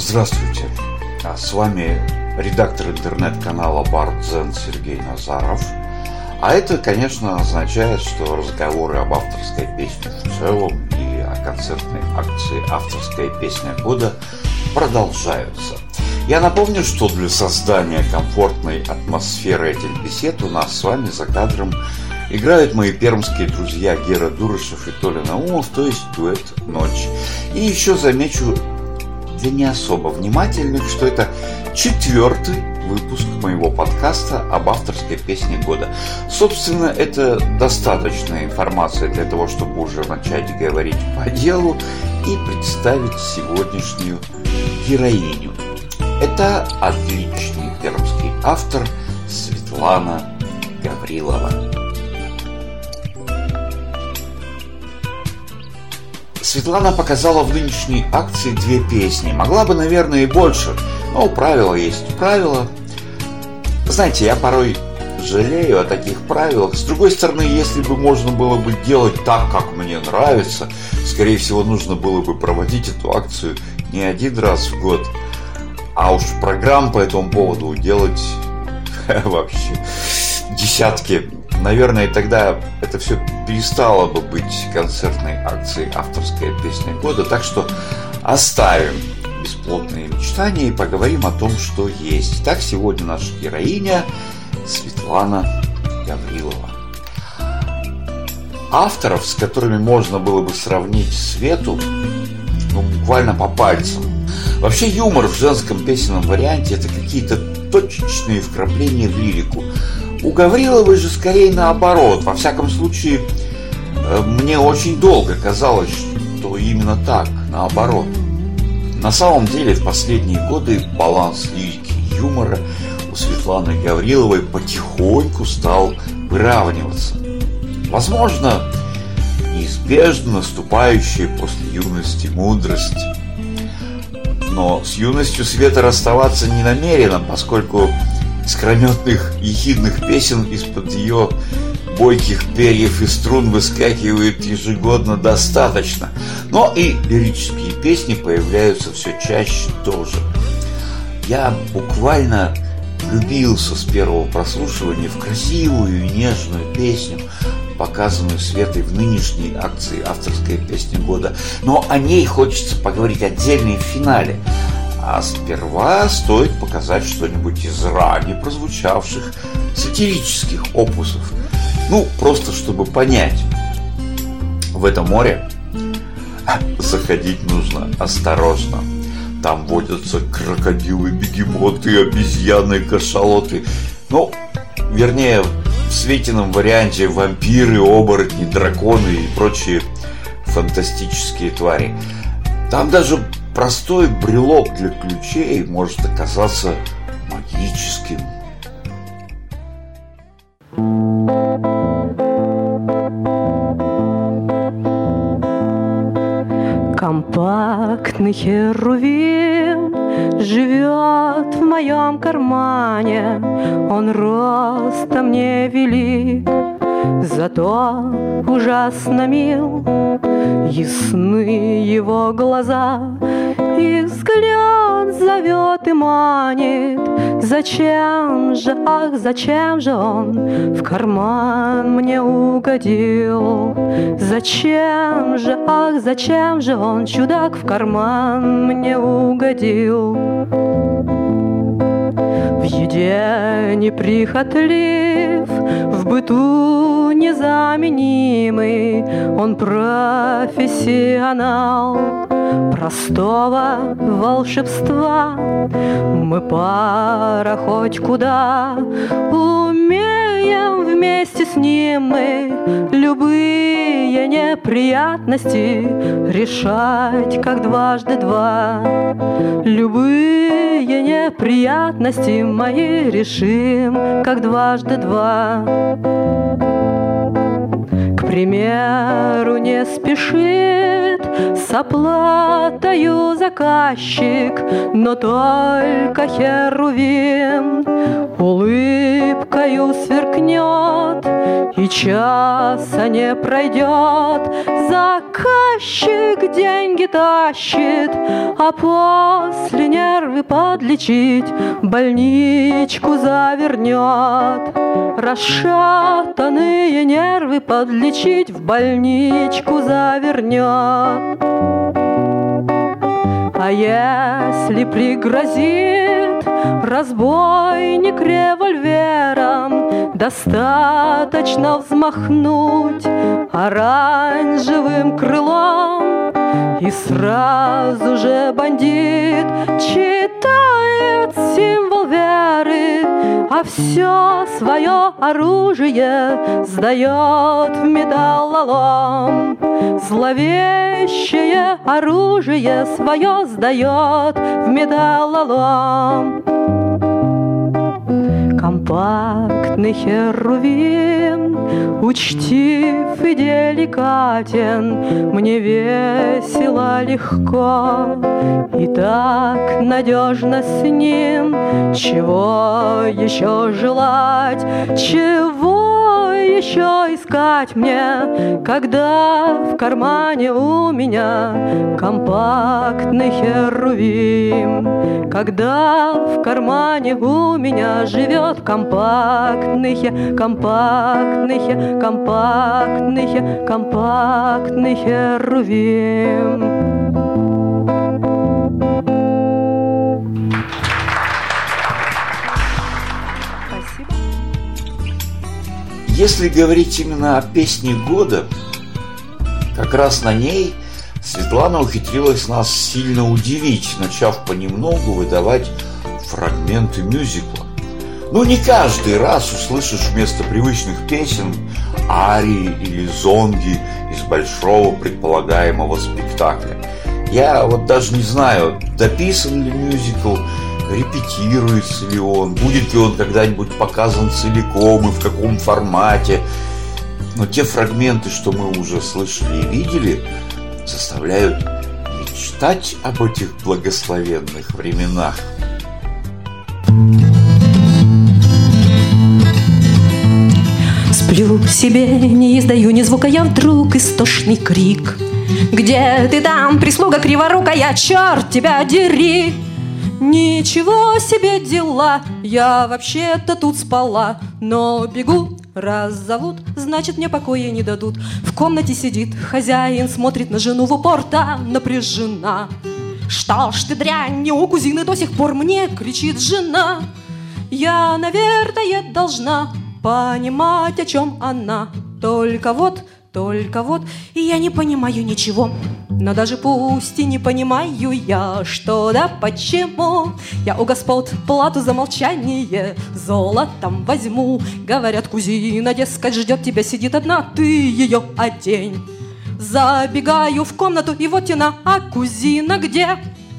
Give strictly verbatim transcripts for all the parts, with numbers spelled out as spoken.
Здравствуйте, а с вами редактор интернет-канала Бардзен Сергей Назаров. А это, конечно, означает, что разговоры об авторской песне в целом и о концертной акции «Авторская песня года» продолжаются. Я напомню, что для создания комфортной атмосферы этих бесед у нас с вами за кадром играют мои пермские друзья Гера Дурышев и Толя Наумов, то есть дуэт «Ночь». И еще замечу для не особо внимательных, что это четвертый выпуск моего подкаста об авторской песне года. Собственно, это достаточная информация для того, чтобы уже начать говорить по делу и представить сегодняшнюю героиню. Это отличный пермский автор Светлана Гаврилова. Светлана показала в нынешней акции две песни. Могла бы, наверное, и больше, но правило есть правило. Знаете, я порой жалею о таких правилах. С другой стороны, если бы можно было бы делать так, как мне нравится, скорее всего, нужно было бы проводить эту акцию не один раз в год, а уж программ по этому поводу делать вообще десятки. Наверное, тогда это все перестало бы быть концертной акцией «Авторская песня года». Так что оставим бесплотные мечтания и поговорим о том, что есть. Итак, сегодня наша героиня Светлана Гаврилова. Авторов, с которыми можно было бы сравнить Свету, ну, буквально по пальцам. Вообще юмор в женском песенном варианте – это какие-то точечные вкрапления в лирику. У Гавриловой же скорее наоборот. Во всяком случае, мне очень долго казалось, что именно так, наоборот. На самом деле, в последние годы баланс лирики и юмора у Светланы Гавриловой потихоньку стал выравниваться. Возможно, неизбежно наступающая после юности мудрость. Но с юностью Света расставаться не намерена, поскольку искрометных ехидных песен из-под ее бойких перьев и струн выскакивает ежегодно достаточно. Но и лирические песни появляются все чаще тоже. Я буквально влюбился с первого прослушивания в красивую и нежную песню, показанную Светой в нынешней акции «Авторская песня года». Но о ней хочется поговорить отдельно и в финале. А сперва стоит показать что-нибудь из ранее прозвучавших сатирических опусов. Ну, просто чтобы понять, в это море заходить нужно осторожно. Там водятся крокодилы, бегемоты, обезьяны, кашалоты. Ну, вернее, в Светином варианте вампиры, оборотни, драконы и прочие фантастические твари. Там даже простой брелок для ключей может оказаться магическим. Компактный херувим живет в моем кармане. Он ростом не велик, зато ужасно мил. Ясны его глаза, и взгляд зовет и манит. Зачем же, ах, зачем же он в карман мне угодил? Зачем же, ах, зачем же он, чудак, в карман мне угодил? В еде неприхотлив, в быту незаменимый, он профессионал простого волшебства. Мы пара хоть куда, умеем вместе с ним мы любые неприятности решать как дважды два. Любые неприятности мои решим как дважды два. К примеру, не спешит с оплатою заказчик, но только херувим улыбку улыбкою сверкнет, и часа не пройдет. Заказчик деньги тащит, а после нервы подлечить больничку завернет. Расшатанные нервы подлечить в больничку завернет. А если пригрозит разбойник револьвером, достаточно взмахнуть оранжевым крылом, и сразу же бандит читает символ веры, а все свое оружие сдает в металлолом. Зловещее оружие свое сдает в металлолом. Компактный херувим, учтив и деликатен, мне весело, легко и так надежно с ним. Чего еще желать, чего еще искать мне, когда в кармане у меня компактный херувим, когда в кармане у меня живет компактный, компактный, компактный, компактный херувим. Если говорить именно о песне года, как раз на ней Светлана ухитрилась нас сильно удивить, начав понемногу выдавать фрагменты мюзикла. Ну, не каждый раз услышишь вместо привычных песен арии или зонги из большого предполагаемого спектакля. Я вот даже не знаю, дописан ли мюзикл, репетируется ли он, будет ли он когда-нибудь показан целиком и в каком формате. Но те фрагменты, что мы уже слышали и видели, заставляют мечтать об этих благословенных временах. Сплю себе, не издаю ни звука, я вдруг истошный крик. Где ты там, прислуга криворукая, черт тебя дери! Ничего себе дела, я вообще-то тут спала, но бегу, раз зовут, значит мне покоя не дадут. В комнате сидит хозяин, смотрит на жену в упор, та напряжена. Что ж ты, дрянь, не у кузины до сих пор, мне кричит жена. Я, наверное, должна понимать, о чем она. Только вот, только вот, и я не понимаю ничего. Но даже пусть и не понимаю я, что да почему, я у господ плату за молчание золотом возьму. Говорят, кузина, дескать, ждет тебя, сидит одна, ты ее одень. Забегаю в комнату, и вот она, а кузина где?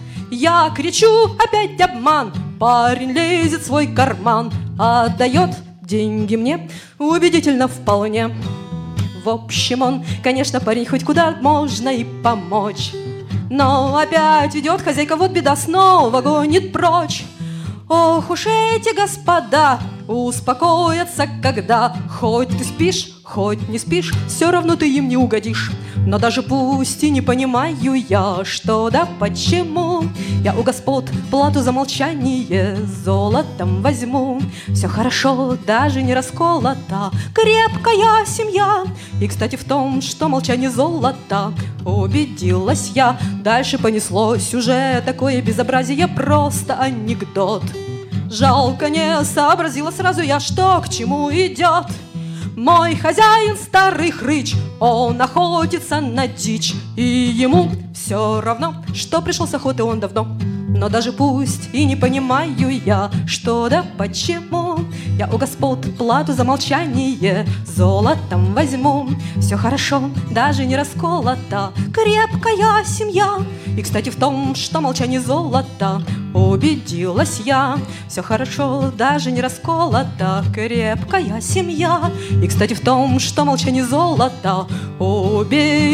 Я кричу, опять обман, парень лезет в свой карман, отдает деньги мне, убедительно вполне. В общем, он, конечно, парень, хоть куда можно и помочь. Но опять идет хозяйка, вот беда, снова гонит прочь. Ох уж эти господа успокоятся, когда хоть ты спишь, хоть не спишь, все равно ты им не угодишь. Но даже пусть и не понимаю я, что да почему, я у господ плату за молчание золотом возьму. Все хорошо, даже не расколота, крепкая семья. И, кстати, в том, что молчание золота, убедилась я. Дальше понеслось уже такое безобразие, просто анекдот. Жалко, не сообразила сразу я, что к чему идет. Мой хозяин старый хрыч, он охотится на дичь, и ему все равно, что пришел с охоты он давно. Но даже пусть и не понимаю я, что да почему, я у господ плату за молчание золотом возьму. Все хорошо, даже не расколота, крепкая семья. И, кстати, в том, что молчание золота, убедилась я. Все хорошо, даже не расколота, крепкая семья. И, кстати, в том, что молчание золота,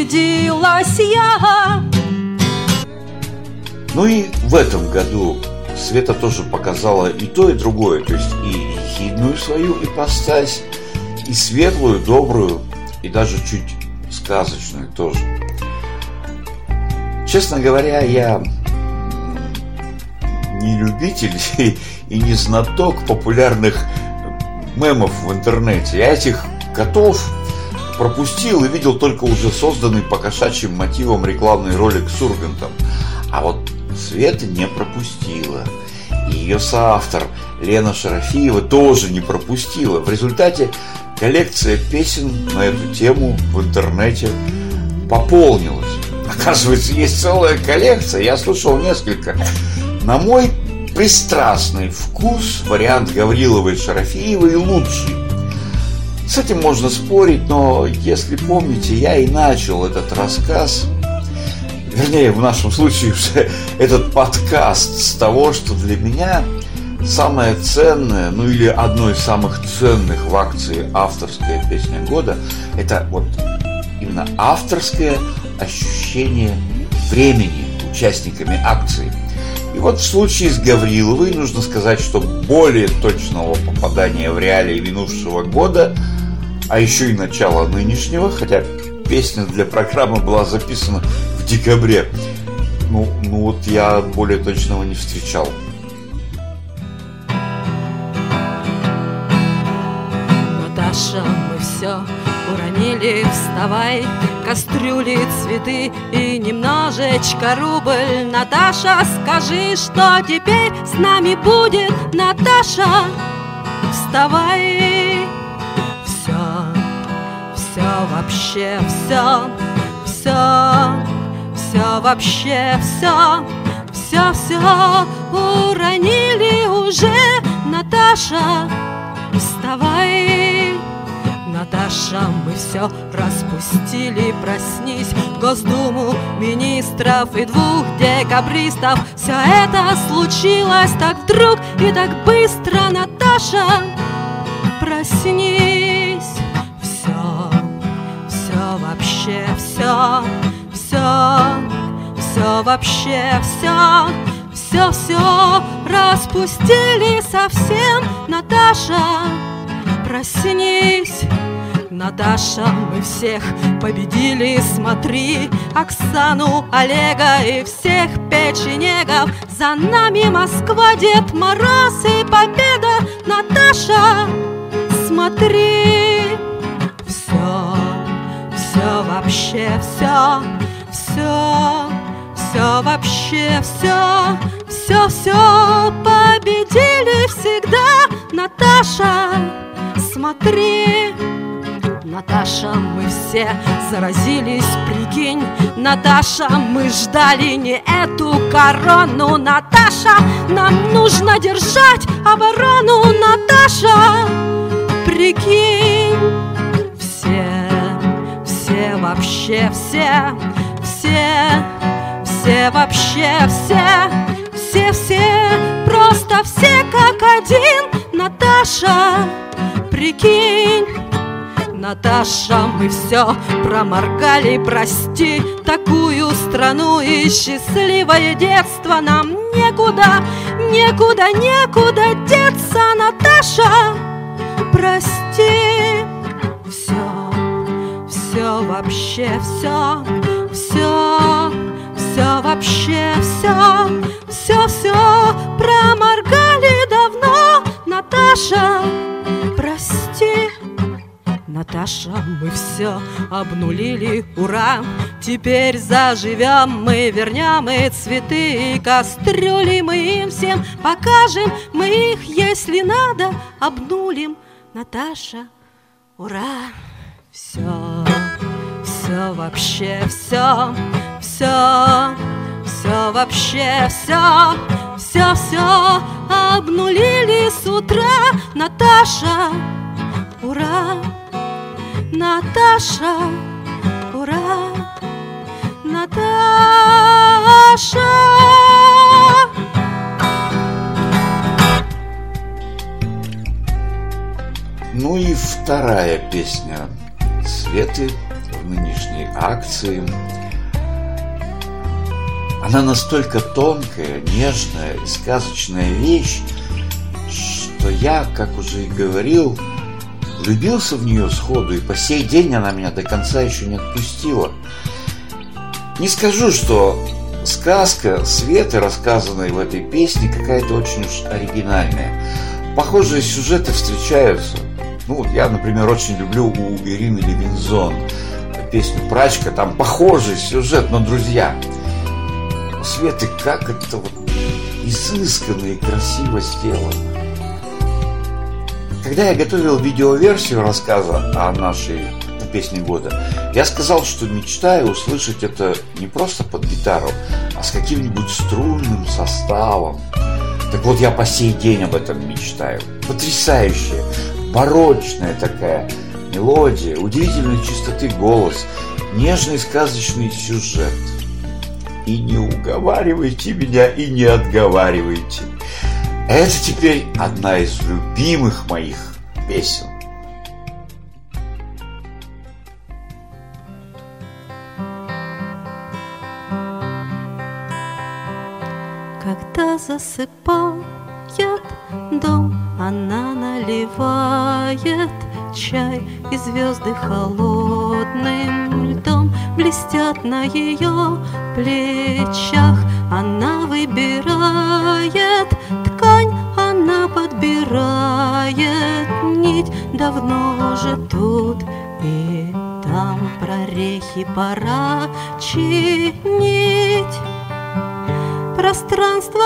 убедилась я. Ну и в этом году Света тоже показала и то, и другое. То есть и ехидную свою ипостась, и светлую, добрую, и даже чуть сказочную тоже. Честно говоря, я не любитель и не знаток популярных мемов в интернете. Я этих котов пропустил и видел только уже созданный по кошачьим мотивам рекламный ролик с Ургантом. А вот Света не пропустила. И ее соавтор Лена Шарафиева тоже не пропустила. В результате коллекция песен на эту тему в интернете пополнилась. Оказывается, есть целая коллекция. Я слышал несколько. На мой пристрастный вкус вариант Гавриловой и Шарафиевой лучший. С этим можно спорить, но если помните, я и начал этот рассказ, вернее, в нашем случае уже этот подкаст с того, что для меня самое ценное, ну или одно из самых ценных в акции авторская песня года, это вот именно авторское ощущение времени участниками акции. И вот в случае с Гавриловой нужно сказать, что более точного попадания в реалии минувшего года, а еще и начала нынешнего, хотя песня для программы была записана в декабре, ну, ну вот я более точного не встречал. Наташа, мы все уронили, вставай, кастрюли, цветы и немножечко рубль. Наташа, скажи, что теперь с нами будет? Наташа, вставай. Все, все вообще, все, все, все вообще, все, все, все уронили уже. Наташа, вставай. Наташа, мы все распустили, проснись, Госдуму, министров и двух декабристов. Все это случилось так вдруг и так быстро. Наташа, проснись. Все, все вообще, все, все, все вообще, все, все, все распустили совсем. Наташа, проснись. Наташа, мы всех победили, смотри, Оксану, Олега и всех печенегов. За нами Москва, Дед Мороз и победа. Наташа, смотри. Все, все вообще, все, все, все вообще, все, все, все победили всегда. Наташа, смотри. Наташа, мы все заразились, прикинь. Наташа, мы ждали не эту корону. Наташа, нам нужно держать оборону. Наташа, прикинь. Все, все вообще, все, все, все вообще, все, все, все, просто все как один. Наташа, прикинь. Наташа, мы все проморгали, прости, такую страну и счастливое детство. Нам некуда, некуда, некуда деться. Наташа, прости. Все, все вообще, все, все, все вообще, все, все, все проморгали давно. Наташа, прости. Наташа, мы все обнулили, ура! Теперь заживем, мы вернем и цветы, и кастрюли. Мы им всем покажем, мы их, если надо, обнулим. Наташа, ура! Все, все вообще, все, все, все вообще, все, все, все обнулили с утра. Наташа, ура! Наташа, ура! Наташа! Ну и вторая песня Светы в нынешней акции. Она настолько тонкая, нежная и сказочная вещь, что я, как уже и говорил, влюбился в нее сходу, и по сей день она меня до конца еще не отпустила. Не скажу, что сказка Светы, рассказанная в этой песне, какая-то очень уж оригинальная. Похожие сюжеты встречаются. Ну, я, например, очень люблю у Ирины Левинзон песню «Прачка». Там похожий сюжет, но, друзья, у Светы как это вот изысканно и красиво сделано. Когда я готовил видеоверсию рассказа о нашей песне года, я сказал, что мечтаю услышать это не просто под гитару, а с каким-нибудь струнным составом. Так вот, я по сей день об этом мечтаю. Потрясающая, барочная такая мелодия, удивительной чистоты голос, нежный сказочный сюжет. И не уговаривайте меня, и не отговаривайте. Это теперь одна из любимых моих песен. Когда засыпает дом, она наливает чай, и звезды холодным льдом блестят на ее плечах. Она выбирает ткань, она подбирает нить, давно уже тут и там прорехи пора чинить. Пространство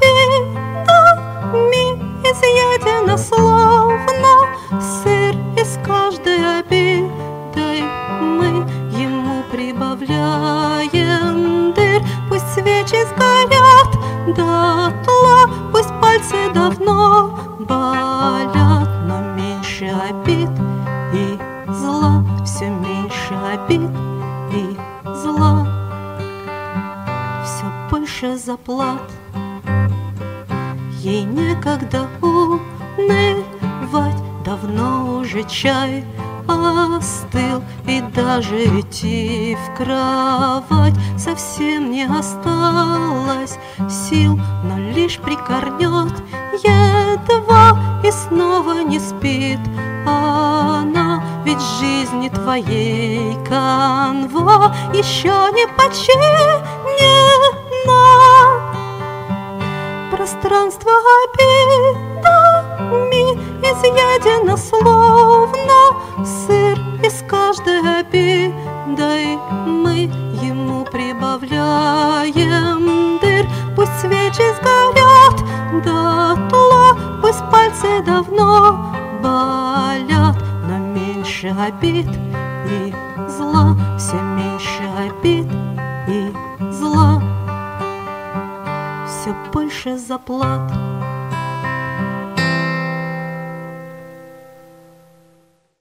обидами изъедено, словно сыр, из каждой обидой мы ему прибавляем дыр. Пусть свечи сгорят дотла, пусть пальцы давно болят, но меньше обид и зла, все меньше обид и зла, все больше заплат. Ей некогда унывать, давно уже чай остыл, и даже идти в кровать совсем не осталось сил, но лишь прикорнет едва и снова не спит она. Ведь жизни твоей канва еще не починена. Пространство обидами изъедено, словно сыр, из каждой обидой мы ему прибавляем дыр. Пусть свечи сгорят дотла, пусть пальцы давно болят, но меньше обид и зла, все меньше обид и зла, все больше заплат.